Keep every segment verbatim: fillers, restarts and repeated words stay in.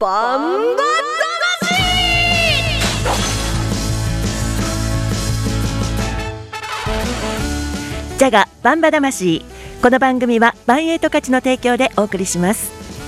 バンバ魂。 ジャガバンバ魂。この番組はバンエイト価値の提供でお送りします。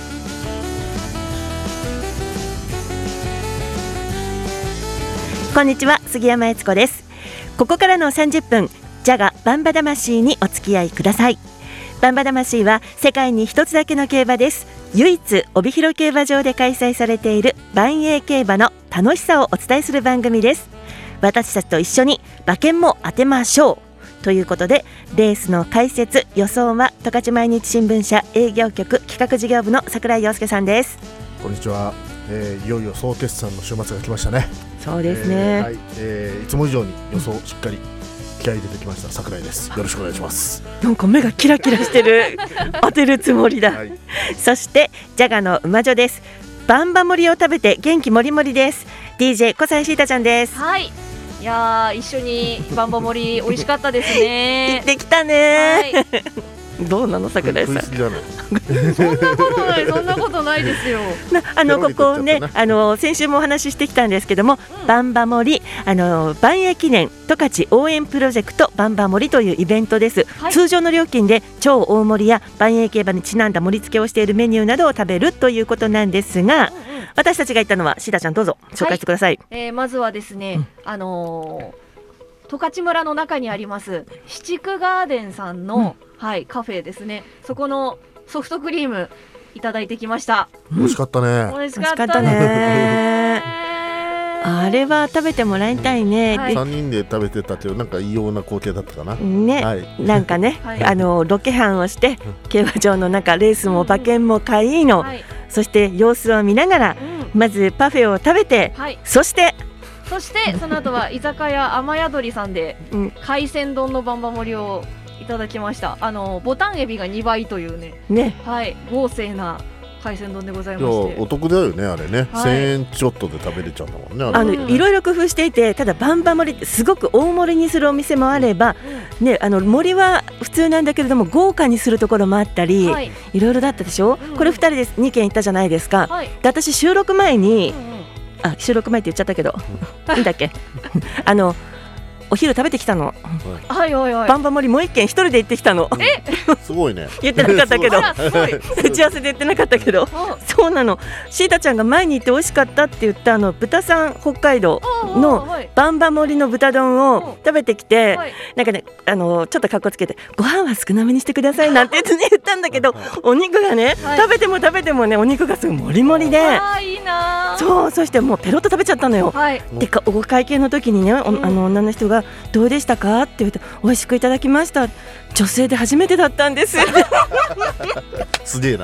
こんにちは、杉山悦子です。ここからのさんじゅっぷん、ジャガバンバ魂にお付き合いください。バンバ魂は世界に一つだけの競馬です。唯一帯広競馬場で開催されている万栄競馬の楽しさをお伝えする番組です。私たちと一緒に馬券も当てましょうということで、レースの解説予想は十勝毎日新聞社営業局企画事業部の櫻井陽介さんです。 こんにちは、えー、いよいよ総決算の週末が来ましたね。 そうですね、 えーはいえー、いつも以上に予想しっかり気合い入れてきました櫻井です。よろしくお願いします。 なんか目がキラキラしてる当てるつもりだ、はい、そしてジャガの馬女です。バンバ盛りを食べて元気もりもりです。 ディージェー 小西シータちゃんです。 はい、いや一緒にバンバ盛り美味しかったですね行ってきたね、 はいどうなの櫻井さん。 食いすぎじゃないそんなことないそんなことないですよ。 なあのここね、あの先週もお話ししてきたんですけども、うん、バンバ盛りあの万栄記念十勝応援プロジェクトバンバ盛りというイベントです、はい、通常の料金で超大盛りや万栄競馬にちなんだ盛り付けをしているメニューなどを食べるということなんですが、うんうん、私たちが行ったのはシータちゃんどうぞ紹介してください。 はい、えー、まずはですね、うん、あのー十勝村の中にあります七区ガーデンさんの、うんはい、カフェですね。そこのソフトクリームいただいてきました。 美味しかったね。 美味しかったね。 あれは食べてもらいたいね、 はい、 さんにんで食べてたけどなんか異様な光景だったかな、 ね、はい、なんかね、はい、あのロケハンをして競馬場の中レースも馬券も買いの、うんはい、そして様子を見ながら、うん、まずパフェを食べて、はい、そしてそしてその後は居酒屋雨宿りさんで、うん、海鮮丼のバンバ盛りをいただきました。あのボタンエビがにばいという ね, ね、はい、豪勢な海鮮丼でございまして、 お得だよねあれね、はい、せんえんちょっとで食べれちゃうんだもんね。あれあの、うん、いろいろ工夫していて、ただバンバ盛りってすごく大盛りにするお店もあれば、うんね、あの盛りは普通なんだけれども豪華にするところもあったり、はい、いろいろだったでしょ、うん、これふたりでにけん行ったじゃないですか、はい、で私収録前に、うんあ収録前って言っちゃったけど、うん、いいんだっけあのお昼食べてきたの、 はいはいはい、 バンバ盛りもう一軒一人で行ってきたの。 えすごいね。 言ってなかったけど打ち合わせで言ってなかったけどそうなの。シータちゃんが前に行って美味しかったって言ったあの豚さん北海道のバンバ盛りの豚丼を食べてきて、はい、なんかねあのちょっとかっこつけてご飯は少なめにしてくださいなんて言ったんだけどお肉がね、はい、食べても食べてもねお肉がすごいもりもりで、 あいいな。 そうそしてもうペロッと食べちゃったのよ、はい、でお会計の時にね、うん、あの女の人がどうでしたかって言うと美味しくいただきました。女性で初めてだったんですすげえな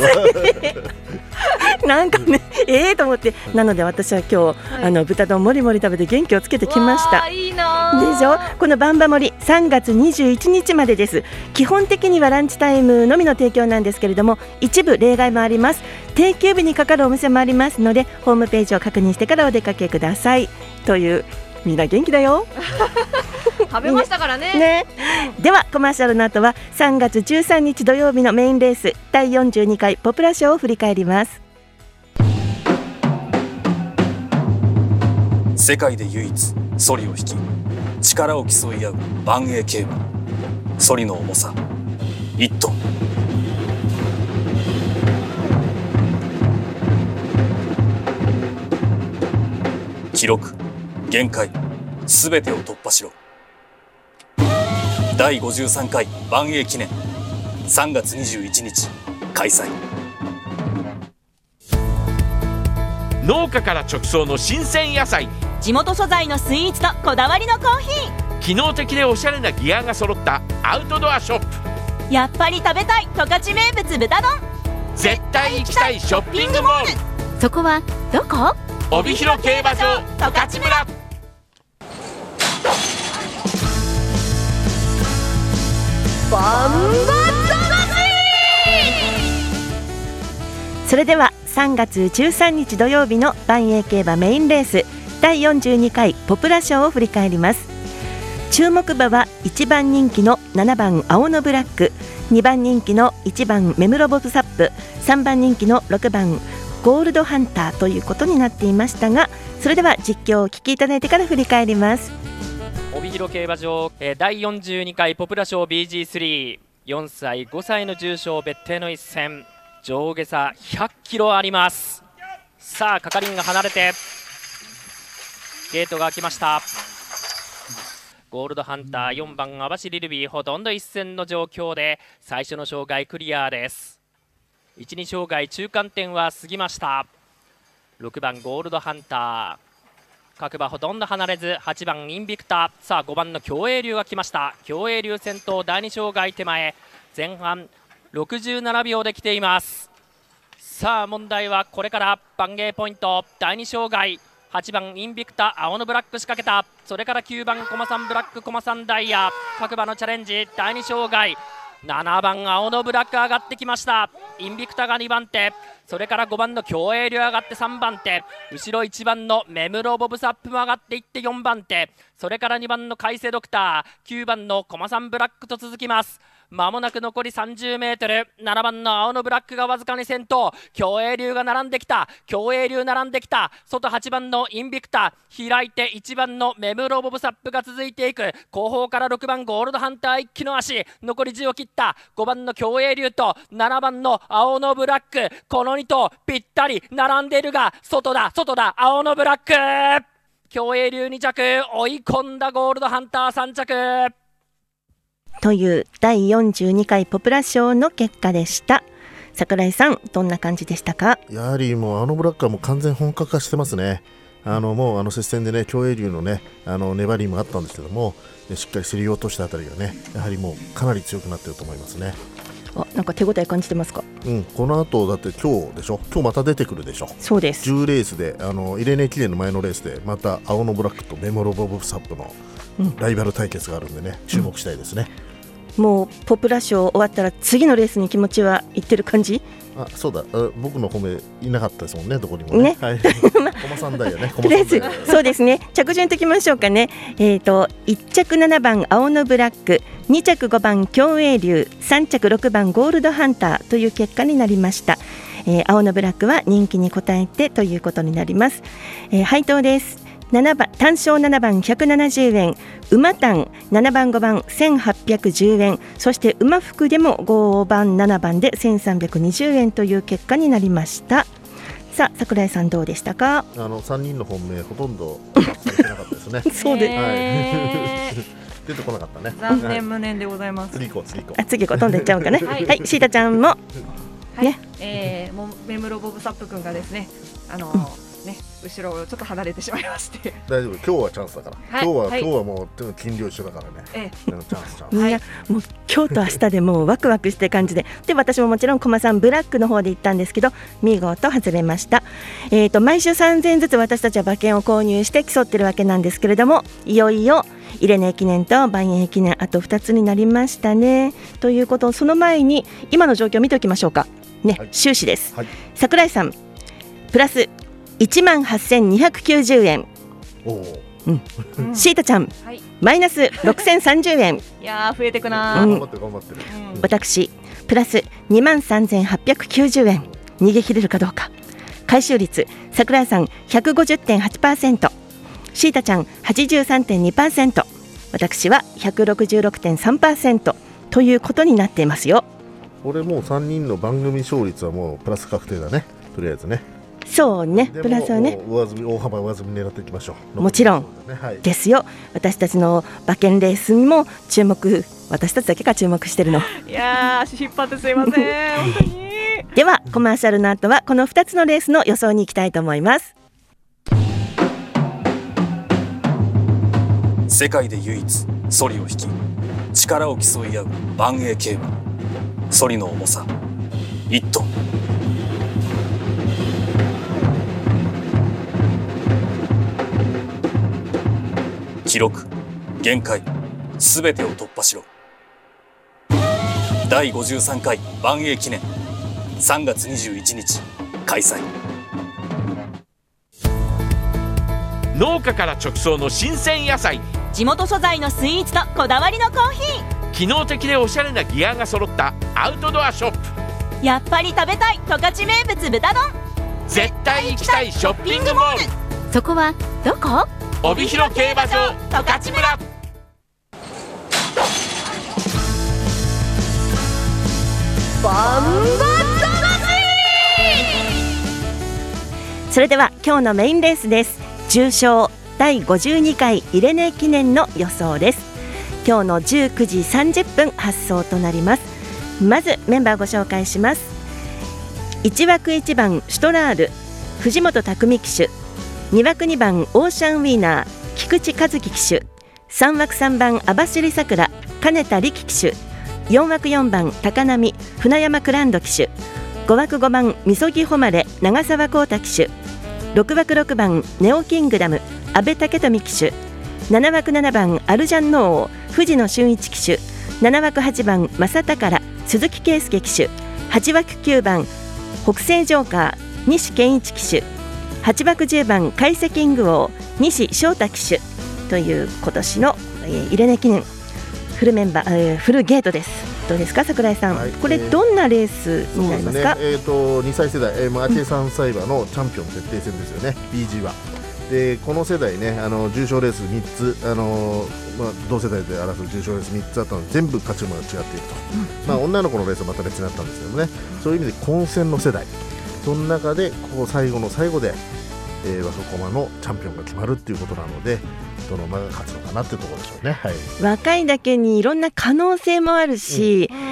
なんかねえーと思って、なので私は今日、はい、あの豚丼もりもり食べて元気をつけてきました。 いいなでしょ。このバンバ盛りさんがつにじゅういちにちまでです。基本的にはランチタイムのみの提供なんですけれども、一部例外もあります。定休日にかかるお店もありますのでホームページを確認してからお出かけくださいという。みんな元気だよ食べましたから ね, ねではコマーシャルの後はさんがつじゅうさんにち土曜日のメインレースだいよんじゅうにかいポプラ賞を振り返ります。 世界で唯一ソリを引き力を競い合う万栄競馬。ソリの重さいちトン。記録限界すべてを突破しろ。だいごじゅうさんかい万栄記念さんがつにじゅういちにち開催。 農家から直送の新鮮野菜、 地元素材のスイーツとこだわりのコーヒー、 機能的でおしゃれなギアが揃ったアウトドアショップ。 やっぱり食べたい十勝名物豚丼。 絶対行きたいショッピングモール。 そこはどこ？ 帯広競馬場十勝村。 バンバそれではさんがつじゅうさんにち土曜日の万栄競馬メインレースだいよんじゅうにかいポプラ賞を振り返ります。注目馬はいちばん人気のななばん青のブラック、にばん人気のいちばん目室ボブサップ、さんばん人気のろくばんゴールドハンターということになっていましたが、それでは実況をお聞きいただいてから振り返ります。 帯広競馬場だいよんじゅうにかいポプラ賞 ビージースリー、 よんさいごさいの重賞別邸の一戦、上下差ひゃっキロあります。さあ係員が離れてゲートが開きました。ゴールドハンターよんばん網走リルビー、ほとんど一戦の状況で最初の障害クリアです。いちに障害中間点は過ぎました。ろくばんゴールドハンター、各馬ほとんど離れず、はちばんインビクタ、さあごばんの競泳流が来ました。競泳流先頭、だいに障害手前、前半ろくじゅうななびょうで来ています。さあ問題はこれから番芸ポイント、だいに障害はちばんインビクタ、青のブラック仕掛けた、それからきゅうばんコマさんブラック、コマさんダイヤ、各馬のチャレンジ、だいに障害ななばん青のブラック上がってきました。インビクタがにばん手、それからごばんの競泳流上がってさんばん手、後ろいちばんのメムロボブサップも上がっていってよんばん手、それからにばんの海星ドクター、きゅうばんのコマさんブラックと続きます。まもなく残りさんじゅうメートル、ななばんの青のブラックがわずかに先頭、競泳流が並んできた、競泳流並んできた、外はちばんのインビクタ、開いていちばんのメムロボブサップが続いていく、後方からろくばんゴールドハンター一気の足、残りじゅうを切った、ごばんの競泳流とななばんの青のブラック、このに頭ぴったり並んでいるが、外だ外だ青のブラック、競泳流に着、追い込んだゴールドハンターさん着というだいよんじゅうにかいポプラ賞の結果でした。櫻井さん、どんな感じでしたか？ やはりもうあのブラックはもう完全本格化してますね。あのもうあの接戦でね、競泳流のねあの粘りもあったんですけども、しっかり競り落としたあたりがね、やはりもうかなり強くなっていると思いますね。 あ、なんか手応え感じてますか？ うん、この後だって今日でしょ、今日また出てくるでしょ。 そうです。 じゅうレースで、あのイレネ記念の前のレースでまた青のブラックとメモロボブサップのライバル対決があるんでね、うん、注目したいですね。 もうポプラ賞終わったら次のレースに気持ちはいってる感じ？ あ、そうだ、あ、僕の褒めいなかったですもんね、どこにもね。はい。コマさんだよね。 とりあえずそうですね。着順ときましょうかね。えっといっ着ななばん青のブラック、に着ごばん競泳流、さん着ろくばんゴールドハンターという結果になりました。えー、青のブラックは人気に応えてということになります。えー、配当です。ななばん単勝ななばんひゃくななじゅうえん、馬単ななばんごばんせんはっぴゃくじゅうえん、そして馬服でもごばんななばんでせんさんびゃくにじゅうえんという結果になりました。さあ櫻井さん、どうでしたか？ あのさんにんの本命ほとんどされてなかったですね。 そうで、 はい、出てこなかったね。 残念無念でございます。 次行こう次行こう。あ、次行こう、飛んでっちゃうかね。はい、はい、シータちゃんも、はい、 ね、えー、もうメムロボブサップ君がですね、あのーうんね、後ろをちょっと離れてしまいまして。 大丈夫、今日はチャンスだから、はい、今日は、はい、今日はもう金量一緒だからね、ええ、チャンスチャンス、 みんなもう今日と明日でもうワクワクして感じでで私ももちろんコマさんブラックの方で行ったんですけど、見事外れました。えーと毎週さんぜんえんずつ私たちは馬券を購入して競ってるわけなんですけれども、いよいよイレネ記念と万円記念、あとふたつになりましたね。ということを、その前に今の状況を見ておきましょうかね。はい、収支です、はい、櫻井さんプラスいちまんはっせんにひゃくきゅうじゅうえん、おー、うん、シータちゃん、はい、マイナスろくせんさんじゅうえん。 いやー増えてくなー、 うん、頑張ってる頑張ってる、 うん、私プラスにまんさんぜんはっぴゃくきゅうじゅうえん、逃げ切れるかどうか。回収率櫻井さん ひゃくごじゅってんはちパーセント、 シータちゃん はちじゅうさんてんにパーセント、 私は ひゃくろくじゅうろくてんさんパーセント ということになっていますよ。 俺もうさんにんの番組勝率はもうプラス確定だね、とりあえずね。 そうね、プラスはね、 上積み、大幅上積み狙っていきましょう。 もちろん、ね、はい、ですよ。私たちの馬券レースにも注目、私たちだけが注目してるの。 いやー、足引っ張ってすいません本当に。 ではコマーシャルの後はこのふたつのレースの予想に行きたいと思います。 世界で唯一ソリを引き力を競い合う万栄競馬、ソリの重さいっトン。記録、限界、すべてを突破しろ。だいごじゅうさんかい万栄記念、さんがつにじゅういちにち開催。 農家から直送の新鮮野菜、 地元素材のスイーツとこだわりのコーヒー、 機能的でおしゃれなギアが揃ったアウトドアショップ。 やっぱり食べたい十勝名物豚丼。 絶対行きたいショッピングモール、 そこはどこ？ 帯広競馬場十勝村。 バンバそれでは今日のメインレースです。重賞だいごじゅうにかいイレネ記念の予想です。今日のじゅうくじさんじゅっぷん発送となります。まずメンバーご紹介します。いちわくいちばんシュトラール藤本匠騎手、にわくにばんオーシャンウィーナー菊池和樹騎手、さんわくさんばん網走さくら金田力騎手、よんわくよんばん高波船山クランド騎手、ごわくごばんみそぎ誉れ長澤浩太騎手、ろくわくろくばんネオキングダム阿部武富騎手、ななわくななばんアルジャンノー藤野俊一騎手、ななわくはちばん正宝鈴木圭介騎手、はちわくきゅうばん北西ジョーカー西健一騎手、はちわくじゅうばんカイセキング王西翔太騎手という今年の、えー、イレネ記念フルメンバー、えー、フルゲートです。どうですか櫻井さん、はい、これどんなレースになりますか？ そうですね、えー、とにさい世代、えー、アケさん歳馬のチャンピオン決定戦ですよね ビージー は。でこの世代ね、あの重賞レースみっつ、あのーまあ、同世代で争う重賞レースみっつあったので全部勝ち馬が違っていると、うんまあ、女の子のレースはまた別になったんですけどね、そういう意味で混戦の世代、その中でここ最後の最後で、えー、若駒のチャンピオンが決まるっていうことなので、どの馬が勝つのかなっていうところでしょうね、はい、 若いだけにいろんな可能性もあるし、うん、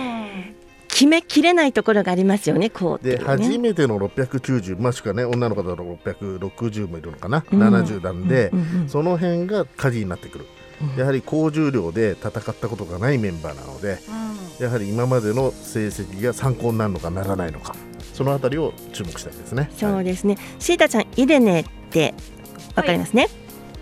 決めきれないところがありますよね。こう、ね、 で初めてのろっぴゃくきゅうじゅう、もしくはね女の方だとろっぴゃくろくじゅうもいるのかな、うん、ななじゅう段で、うんうんうん、その辺が鍵になってくる、うん、やはり高重量で戦ったことがないメンバーなので、うん、やはり今までの成績が参考になるのかならないのか、そのあたりを注目したいですね。 そうですね、はい、シータちゃんイレネってわかりますね、はい、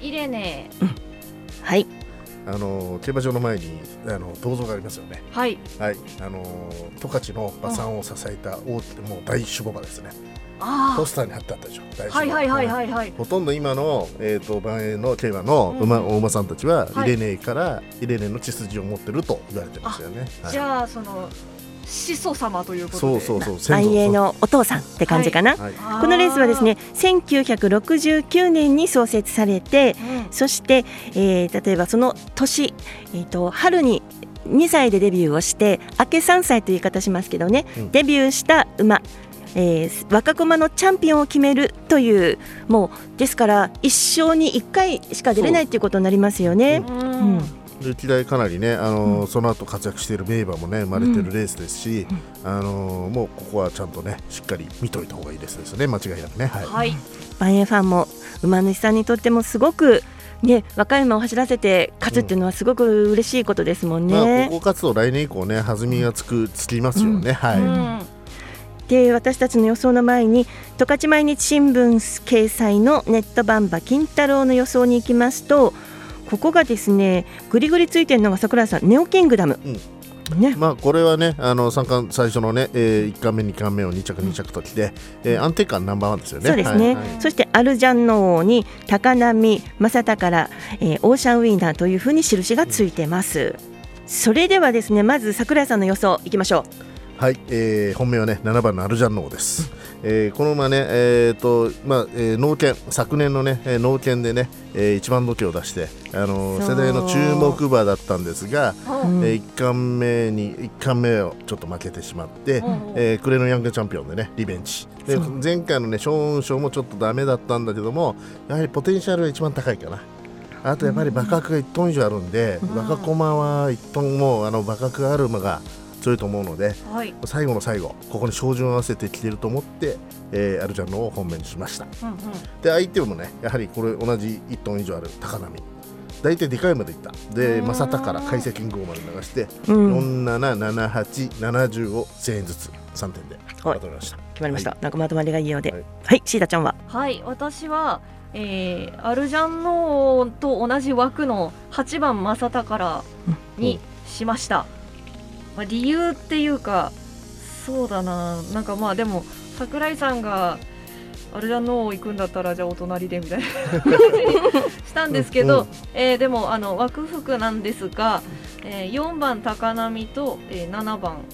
イレネ、 うん、はい、 あの競馬場の前にあの銅像がありますよね。 はい、 はい、あの十勝の馬産を支えた大、うん、もう大守護馬ですね。あポスターに貼ってあったでしょ。大はいはいはいはいはい。 ほとんど今のえっ、ー、と馬営の競馬の馬、うん、お馬さんたちは、はい、イレネからイレネの血筋を持ってると言われてますよね。はい、 じゃあその始祖様ということで、 そうそうそう、 愛営のお父さんって感じかな、はいはい、このレースはですねせんきゅうひゃくろくじゅうきゅうねんに創設されて、うん、そして、えー、例えばその年、えー、と春ににさいでデビューをして明けさんさいという言い方しますけどね、うん、デビューした馬、えー、若駒のチャンピオンを決めるという、もうですから一生にいっかいしか出れないということになりますよね。うんうん歴代かなりね、あのーうん、その後活躍している名馬もね生まれているレースですし、うん、あのー、もうここはちゃんとねしっかり見といた方がいいレースですね、間違いなくね。はい、はい、 万栄ファンも馬主さんにとってもすごくね、若い馬を走らせて勝つっていうのはすごく嬉しいことですもんね。うんまあ、高校活動来年以降ね弾みがつくつきますよね。うん、はい、うんで私たちの予想の前に十勝毎日新聞掲載のネットバンバ金太郎の予想に行きますと、ここがですねグリグリついてるのが桜井さんネオキングダム、 うんね、まあこれはねあのさん冠最初のね、えー、いっかんめにかんめをに着に着ときで、うんえー、安定感ナンバーワンですよね。 そうですね、はいはい、そしてアルジャンノ王に高波正宝、えー、オーシャンウィーナーというふうに印がついてます、うん、それではですねまず桜井さんの予想いきましょう。 はい、えー、本命はねななばんのアルジャンノーです、えー、この馬ね、えーとまあえー、農研昨年のね農研でね、えー、一番時計を出して、あのー、世代の注目馬だったんですが、うんえー、いっかんめにいっかんめをちょっと負けてしまって、うんえー、クレのヤングチャンピオンでねリベンジで前回のねショーン賞もちょっとダメだったんだけども、やはりポテンシャルが一番高いかな。あとやっぱり馬格がいっトン以上あるんで、うん、若駒はいっトンもあの馬格がある馬が強いと思うので、はい、最後の最後ここに照準を合わせてきていると思って、えー、アルジャンノを本命にしました、うんうん、で相手もねやはりこれ同じいっトン以上ある高波大体でかいまでいったで正宝解析号まで流して、うん、よんななななはちななじゅうをせんえんずつさんてんでまとめました。 決まりました、はい、なんかまとまりがいいようで、はい、はい、シータちゃんは。 はい私は、えー、アルジャンノと同じ枠のはちばん正宝にしました、うんうんまあ、理由っていうかそうだななんかまあでも桜井さんがあれだの行くんだったらじゃあお隣でみたいなしたんですけど、うんえー、でもあの枠服なんですが、えー、よんばん高波と、えー、ななばん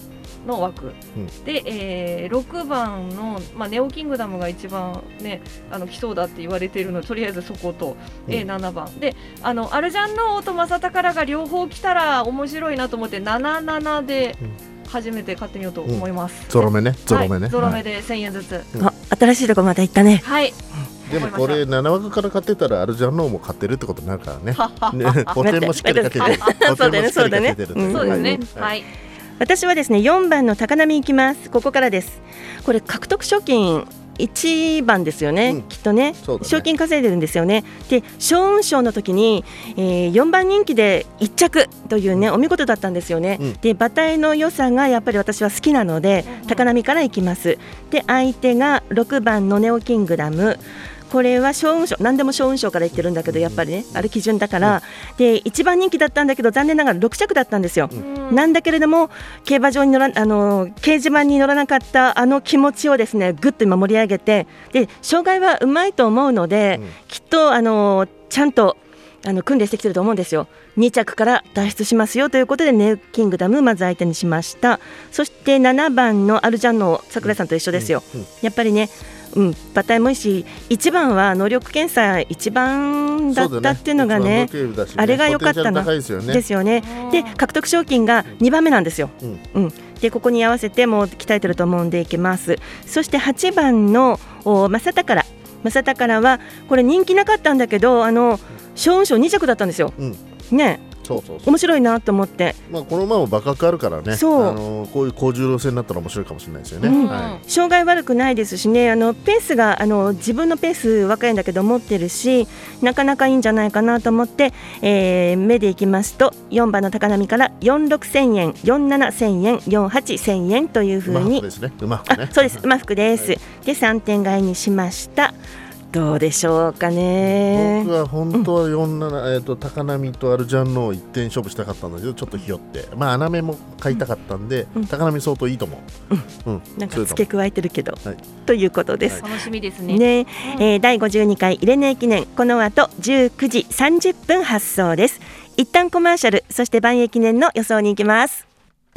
の枠、うん、で、えー、ろくばんの、まあ、ネオキングダムが一番、ね、あの来そうだって言われているのでとりあえずそこと、うんえー、ななばんであのアルジャンノーと正宝が両方来たら面白いなと思ってななななで初めて買ってみようと思います、 うん、ゾロ目ねゾロ目ね、 はい、ゾロ目でせんえんずつ、 うん、あ新しいとこまた行ったね。 はい、 でもこれななわくから買ってたらアルジャンノーも買ってるってことになるからねね補填もしっかりかけてるそうだねそうだねそうですねはい、 私はですねよんばんの高波いきます。ここからです。これ獲得賞金いちばんですよね、うん、きっと ね, ね賞金稼いでるんですよね。で賞運賞の時に、えー、よんばん人気でいっちゃくというねお見事だったんですよね、うん、で馬体の良さがやっぱり私は好きなので、うん、高波からいきます。で相手がろくばんのネオキングダム、これは賞運賞何でも賞運賞から言ってるんだけどやっぱりねあれ基準だから、うん、でいちばん人気だったんだけど残念ながらろくちゃくだったんですよ、うん、なんだけれども競馬場に乗らあの掲示板に乗らなかったあの気持ちをですねぐっと今盛り上げて、で障害はうまいと思うので、うん、きっとあのちゃんとあの訓練してきてると思うんですよ。にちゃくから脱出しますよということでネオキングダムまず相手にしました。そしてななばんのアルジャンノー桜井さんと一緒ですよ、うんうん、やっぱりねうん、馬体もいいしいちばんは能力検査いちばんだったっていうのが ね, ねあれが良かったなですよ ね, ですよね。で獲得賞金がにばんめなんですよ、うんうん、でここに合わせてもう鍛えてると思うんでいけます。そしてはちばんの正宝正宝はこれ人気なかったんだけどあの賞運賞にちゃくだったんですよ、うん、ねそうそうそう面白いなと思って、 まあ、この馬も馬格あるからねそうあのこういう高重量戦になったら面白いかもしれないですよね、うんはい、障害悪くないですしねあのペースがあの自分のペース若いんだけど持ってるしなかなかいいんじゃないかなと思って、えー、目でいきますとよんばんの高波からよんろくせんえんよんななせんえんよんはちせんえんというふうに馬服ですね馬服ねあそうです馬服です、はい、でさんてん買いにしました。どうでしょうかね。 僕は本当はよんなな、うんえー、と高波とアルジャンノーいってん勝負したかったんだけどちょっとひよってまあ穴目も買いたかったんで、うん、高波相当いいと思う、 うんうん、なんか付け加えてるけど、はい、ということです、 はい、楽しみですね、 ねうんえー、だいごじゅうにかい入れ値記念この後じゅうくじさんじゅっぷん発送です。一旦コマーシャルそして万栄記念の予想に行きます。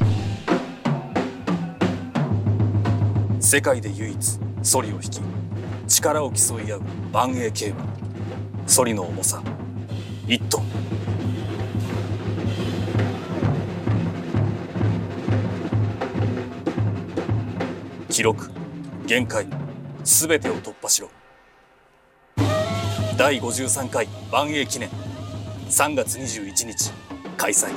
世界で唯一ソリを引き力を競い合う万栄競馬ソリの重さいっトン記録限界すべてを突破しろだいごじゅうさんかい万栄記念さんがつにじゅういちにち開催。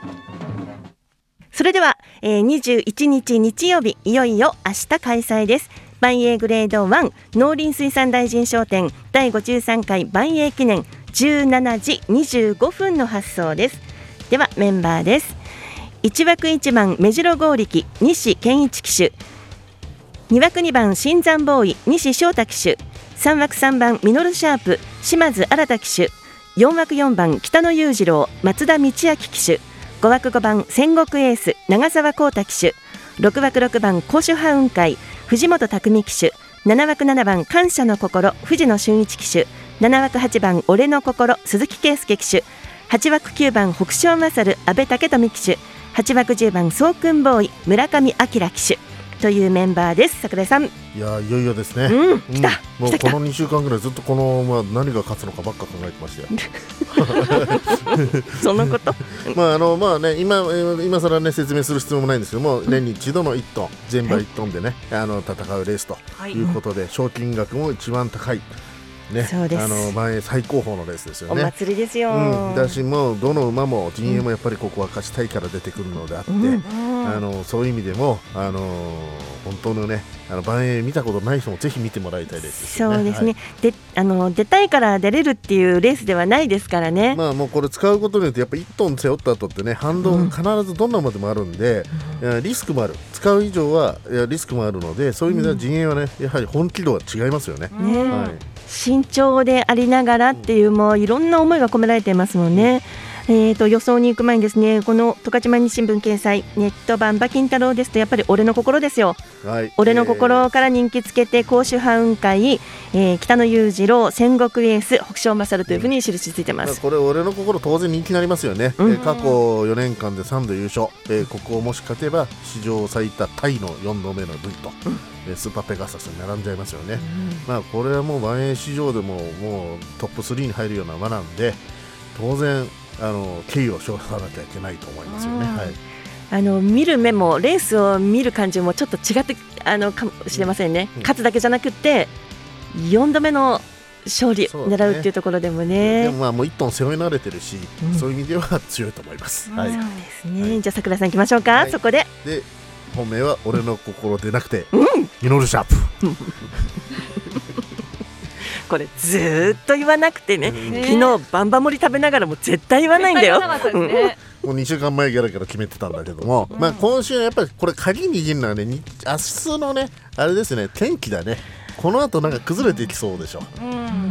それでは、えー、にじゅういちにち日曜日いよいよ明日開催です。万栄グレードいち農林水産大臣商店だいごじゅうさんかい万栄記念じゅうしちじにじゅうごふんの発送です。ではメンバーです。いちわくいちばん目白剛力西健一騎手、にわくにばん新山ボーイ西翔太騎手、さんわくさんばんミノルシャープ島津新騎手、よんわくよんばん北野裕次郎松田道明騎手、ごわくごばん戦国エース長澤浩太騎手、ろくわくろくばん甲州派雲海藤本匠騎手、ななわくななばん感謝の心藤野俊一騎手、ななわくはちばん俺の心鈴木圭介騎手、はちわくきゅうばん北勝勝阿部武富騎手、はちわくじゅうばん総訓ボーイ村上明騎手というメンバーです。桜井さんいやいよいよですね、 うん、来た、 うん、もうこのにしゅうかんぐらいずっとこの、まあ、何が勝つのかばっか考えてましたよそんなことまああのまあね今今更ね説明する必要もないんですけども、うん、年に一度のいっトン全馬いっトンでね、はい、あの戦うレースということで、はい、賞金額も一番高いね、 そうです。 あの前最高峰のレースですよね。 お祭りですよ、 うん、だしもうどの馬も陣営もやっぱりここは勝ちたいから出てくるのであって、うん、あのそういう意味でもあの本当のねあの万栄見たことない人もぜひ見てもらいたいレースですよね。 そうですね、はい、であの出たいから出れるっていうレースではないですからね。 まあもうこれ使うことによってやっぱいっトン背負った後ってね反動が必ずどんな馬でもあるんで、うん、いやリスクもある使う以上はいやリスクもあるのでそういう意味では陣営はねやはり本気度は違いますよね。ね、はい、 慎重でありながらっていうもういろんな思いが込められていますもんね。 えー、と予想に行く前にですね、この十勝毎日新聞掲載ネット版馬金太郎ですとやっぱり俺の心ですよ、はい、俺の心から人気つけて甲州派雲海、えー、北野裕次郎戦国エース北勝勝というふうに印ついてます、 うん、これ俺の心当然人気になりますよね、うん、えー、過去よねんかんでさんど優勝、えー、ここをもし勝てば史上最多タイのよんどめの V と、うん、えー、スーパーペガサスに並んじゃいますよね、うん、まあ、これはもう万円市場でももうトップスリーに入るような馬なんで当然あの敬意を表さなきゃいけないと思いますよね、はい、 あの見る目もレースを見る感じもちょっと違ってあのかもしれませんね、うん、勝つだけじゃなくってよんどめの勝利狙うっていうところでもね、 でもまあもういっトン背負い慣れてるし、うん、そういう意味では強いと思います、はい、 そうですね、はい、じゃあ桜さん行きましょうか、はい、そこでで本命は俺の心でなくて、うん、ミノルシャープこれずっと言わなくてね、ね、昨日バンバ盛り食べながらも絶対言わないんだよ、ね、 もうにしゅうかんまえからから決めてたんだけども、うん、まあ、今週やっぱりこれ鍵握るのはね、明日のねあれですね、天気だね。この後なんか崩れていきそうでしょ、うん、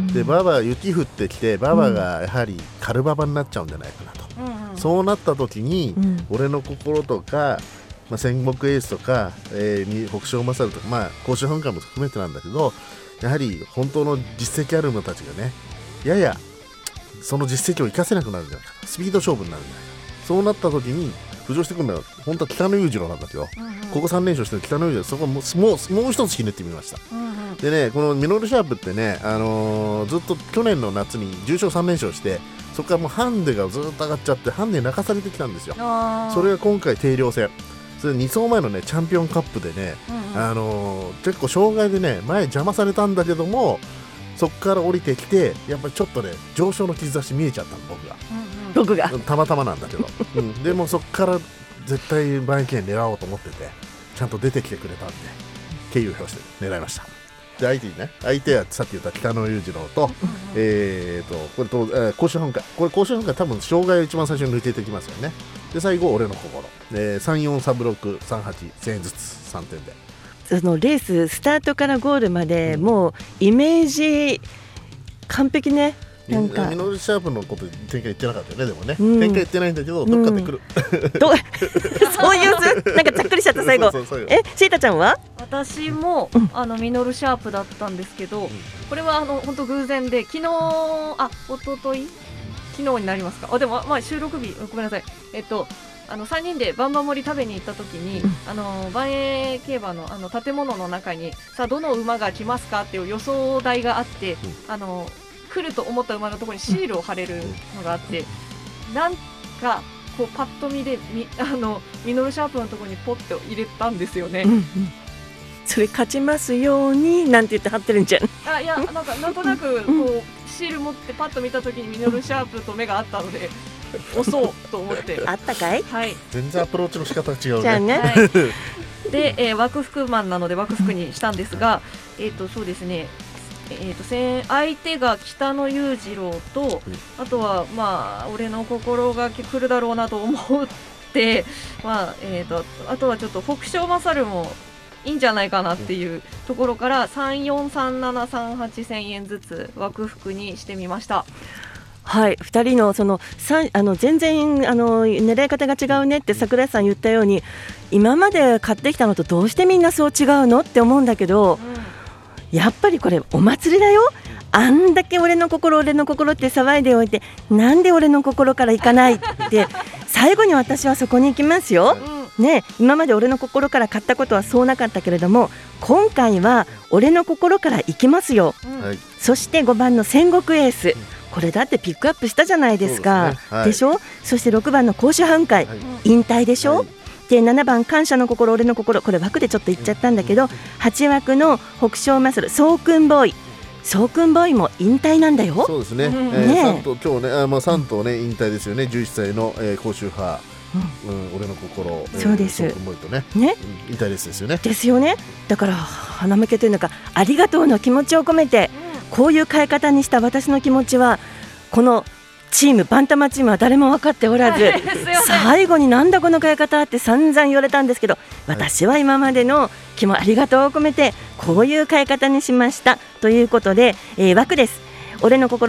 でババ雪降ってきてババがやはりカルババになっちゃうんじゃないかなと、うん、そうなった時に、うん、俺の心とか、まあ、戦国エースとか、えー、北勝勝とか、まあ、甲州本館も含めてなんだけど、やはり本当の実績ある馬たちがね、ややその実績を生かせなくなるんじゃないか、スピード勝負になるんじゃないか、そうなった時に浮上してくるのは本当は北野裕次郎なんだけど、うんうん、ここさん連勝してる北野裕次郎、そこもう、もう、もう一つひねってみました、うんうん、でね、このミノルシャープってね、あのー、ずっと去年の夏に重賞さん連勝して、そこからもうハンデがずっと上がっちゃってハンデに泣かされてきたんですよ。それが今回定量戦、それに走前のねチャンピオンカップでね、うんうん、あのー、結構障害でね前邪魔されたんだけども、そこから降りてきてやっぱりちょっとね上昇の兆し見えちゃったの僕が、 うんうん、僕がたまたまなんだけど、うん、でもそこから絶対万円券狙おうと思っててちゃんと出てきてくれたんで敬意を表して狙いました。で相手にね、相手はさっき言った北野裕次郎と、えーとこれと、えー、甲州本会、これ甲州本会多分障害を一番最初に抜けてきますよね。で最後俺の心、えー、さんよんさんろくさんはちせんえんずつさんてんで、 そのレーススタートからゴールまで、うん、もうイメージ完璧ね。なんかミノルシャープのこと展開言ってなかったよね。でもね、うん、展開言ってないんだけどどっかで来る、 うん、どそういうなんかざっくりしちゃった最後。そうそうそう、えシータちゃんは？ 私も、うん、あのミノルシャープだったんですけど、うん、これはあの本当偶然で、昨日あ一昨日昨日になりますか、あでも、まあ、収録日ごめんなさい、えっとあのさんにんでバンバ盛り食べに行った時に、うん、あの万栄競馬 の, あの建物の中にさあどの馬が来ますかっていう予想台があって、うん、あの来ると思った馬のところにシールを貼れるのがあって、うん、なんかこうパッと見でみあのミノルシャープのところにポッと入れたんですよね、うんうん、 それ勝ちますようになんて言って貼ってるんじゃん。 あいやなんかなんとなくこうシール持ってパッと見た時にミノルシャープと目があったので押そうと思ってあったかい、 はい、 全然アプローチの仕方が違うね。 じゃあね、 はい、で、えー、枠服マンなので枠服にしたんですが、えーとそうですね、えー、と相手が北野裕次郎と、あとはまあ俺の心が来るだろうなと思って、まあえー、とあとはちょっと北勝勝もいいんじゃないかなっていうところからさんよんさんななさんはちせんえんずつ枠服にしてみました。 はい、ふたりのそのあの全然あの狙い方が違うねって桜井さん言ったように、今まで買ってきたのとどうしてみんなそう違うのって思うんだけど、うん、やっぱりこれお祭りだよ。あんだけ俺の心俺の心って騒いでおいて、なんで俺の心からいかないって最後に私はそこに行きますよ、うんね、今まで俺の心から買ったことはそうなかったけれども、今回は俺の心から行きますよ、うん、そしてごばんの戦国エース、これだってピックアップしたじゃないですか。 ですね、はい、でしょ。そしてろくばんの甲州半海、はい、引退でしょ、はい、でななばん感謝の心俺の心、これ枠でちょっと言っちゃったんだけど、うん、はちわくの北勝マッスルソークンボーイ、ソークンボーイも引退なんだよ。 そうですね、うん、えー、ねさん頭今日ね、あ、まあ、さん頭ね引退ですよね。じゅういっさいの、えー、甲州派、うんうん、俺の心、えー、 そうです、 ソークンボーイとね、 ね、 うん、引退ですですよね。 ですよね。だから鼻向けというのか、ありがとうの気持ちを込めて、うん、こういう変え方にした私の気持ちは、このチームバンタマチームは誰も分かっておらず、最後になんだこの変え方って散々言われたんですけど、私は今までの気もありがとうを込めてこういう変え方にしましたということで、えー、枠です。俺の心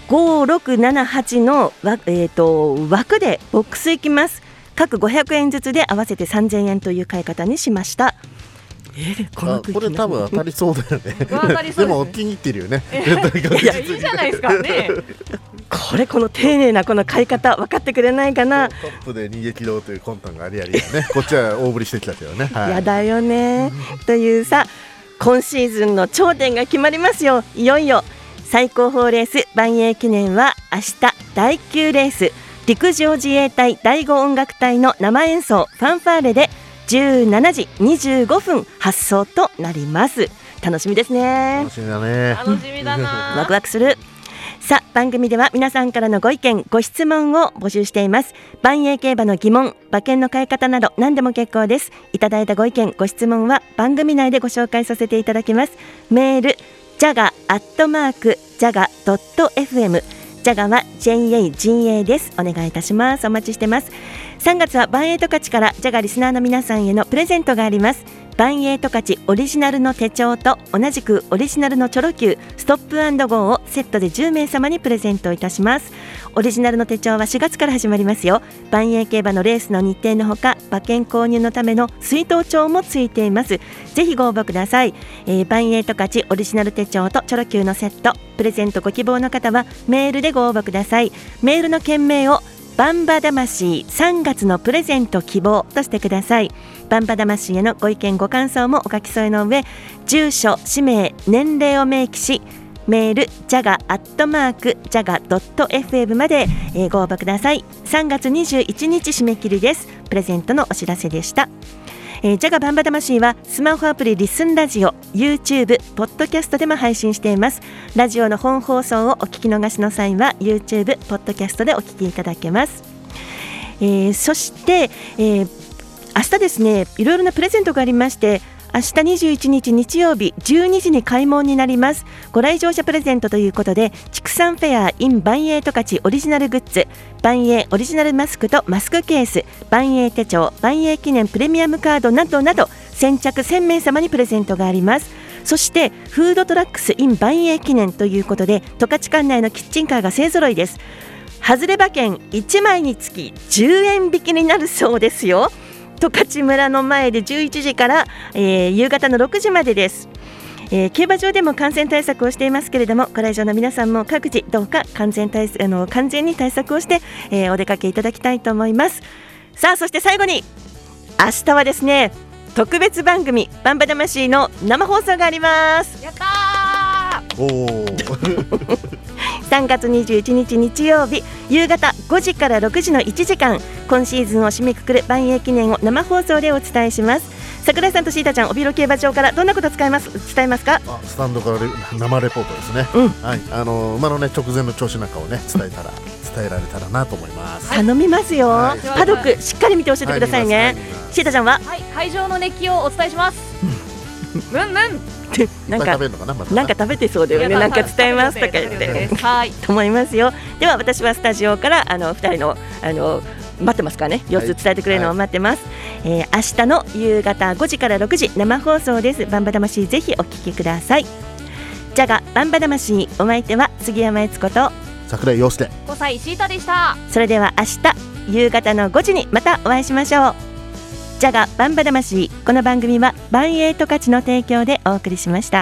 ごろくななはちの、えー、と枠でボックスいきます。各ごひゃくえんずつで合わせてさんぜんえんという買い方にしました。えー、こ, のこれ多分当たりそうだよねでもお気に入ってるよねいやいいじゃないですかねこれこの丁寧なこの買い方分かってくれないかな。 トップで逃げ切ろうという魂胆がありありだねこっちは大振りしてきたけどね、はい、 やだよねというさ、今シーズンの頂点が決まりますよ。いよいよ最高峰レース万栄記念は明日だいきゅうレース、陸上自衛隊だいご音楽隊の生演奏ファンファーレでじゅうしちじにじゅうごふん発送となります。楽しみですね。 楽しみだね。 楽しみだなワクワクする。さあ、番組では皆さんからのご意見ご質問を募集しています。万栄競馬の疑問、馬券の買い方など何でも結構です。いただいたご意見ご質問は番組内でご紹介させていただきます。メールジャガアットマークジャガドットエフエム、ジャガは ジェイエージーエー です。お願いいたします。お待ちしてます。さんがつは万栄十勝からジャガリスナーの皆さんへのプレゼントがあります。万栄十勝オリジナルの手帳と同じくオリジナルのチョロ Q ストップ&ゴーをセットでじゅうめいさまにプレゼントいたします。オリジナルの手帳はしがつから始まりますよ。万栄競馬のレースの日程のほか馬券購入のための水筒帳もついています。ぜひご応募ください。えー、万栄十勝オリジナル手帳とチョロ Q のセットプレゼントご希望の方はメールでご応募ください。メールの件名をバンバ魂さんがつのプレゼント希望としてください。バンバ魂へのご意見ご感想もお書き添えの上、住所氏名年齢を明記しメールジャガアットマークジャガドットエフエムまで、えー、ご応募ください。さんがつにじゅういちにち締め切りです。プレゼントのお知らせでした。えー、ジャガバンバ魂はスマホアプリリスンラジオ YouTube ポッドキャストでも配信しています。ラジオの本放送をお聞き逃しの際は YouTube ポッドキャストでお聞きいただけます。えー、そして、えー、明日ですね、いろいろなプレゼントがありまして、明日にじゅういちにち日曜日じゅうにじに開門になります。ご来場者プレゼントということで、畜産フェア in 万栄十勝オリジナルグッズ、万栄オリジナルマスクとマスクケース、万栄手帳、万栄記念プレミアムカードなどなど先着せんめいさまにプレゼントがあります。そしてフードトラックス in 万栄記念ということで、十勝管内のキッチンカーが勢ぞろいです。外れ馬券いちまいにつきじゅうえん引きになるそうですよ。十勝村の前でじゅういちじから、えー、夕方のろくじまでです。えー、競馬場でも感染対策をしていますけれども、ご来場の皆さんも各自どうか完全対あの完全に対策をして、えー、お出かけいただきたいと思います。さあ、そして最後に明日はですね、特別番組バンバ魂の生放送があります。 やったーおーさんがつにじゅういちにち日曜日夕方ごじからろくじのいちじかん、今シーズンを締めくくる万栄記念を生放送でお伝えします。桜井さんとシータちゃん、帯広競馬場からどんなこと使います伝えますか？ あ、スタンドから生レポートですね、 うん、 はい、あの馬の、ね、直前の調子なんかを、ね、伝えたら伝えられたらなと思います。 頼みますよ、はい、パドックしっかり見て教えてくださいね、はい、シータちゃんは、 はい、会場の熱気をお伝えしますムンムンなんか食べるのかな、またなんか食べてそうだよね。なんか伝えますとか言ってはいと思いますよ。では私はスタジオからあのふたりのあの待ってますからね、様子伝えてくれるのを待ってます、はい、えー、明日の夕方ごじからろくじ生放送です。バンバ魂ぜひお聞きください。ジャガバンバ魂、お相手は杉山悦子と桜井陽介、 ごさいシータでした。 それでは明日夕方のごじにまたお会いしましょう。ジャガバンバ魂、この番組は万栄十勝の提供でお送りしました。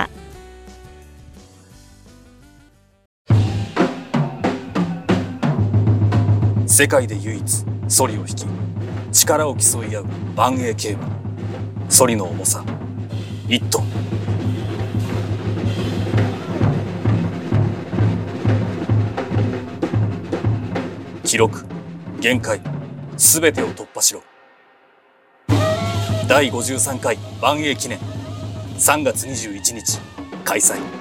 世界で唯一ソリを引き力を競い合う万栄競馬。ソリの重さいっトン。記録、限界、すべてを突破しろ。だいごじゅうさんかい万栄記念さんがつにじゅういちにち開催。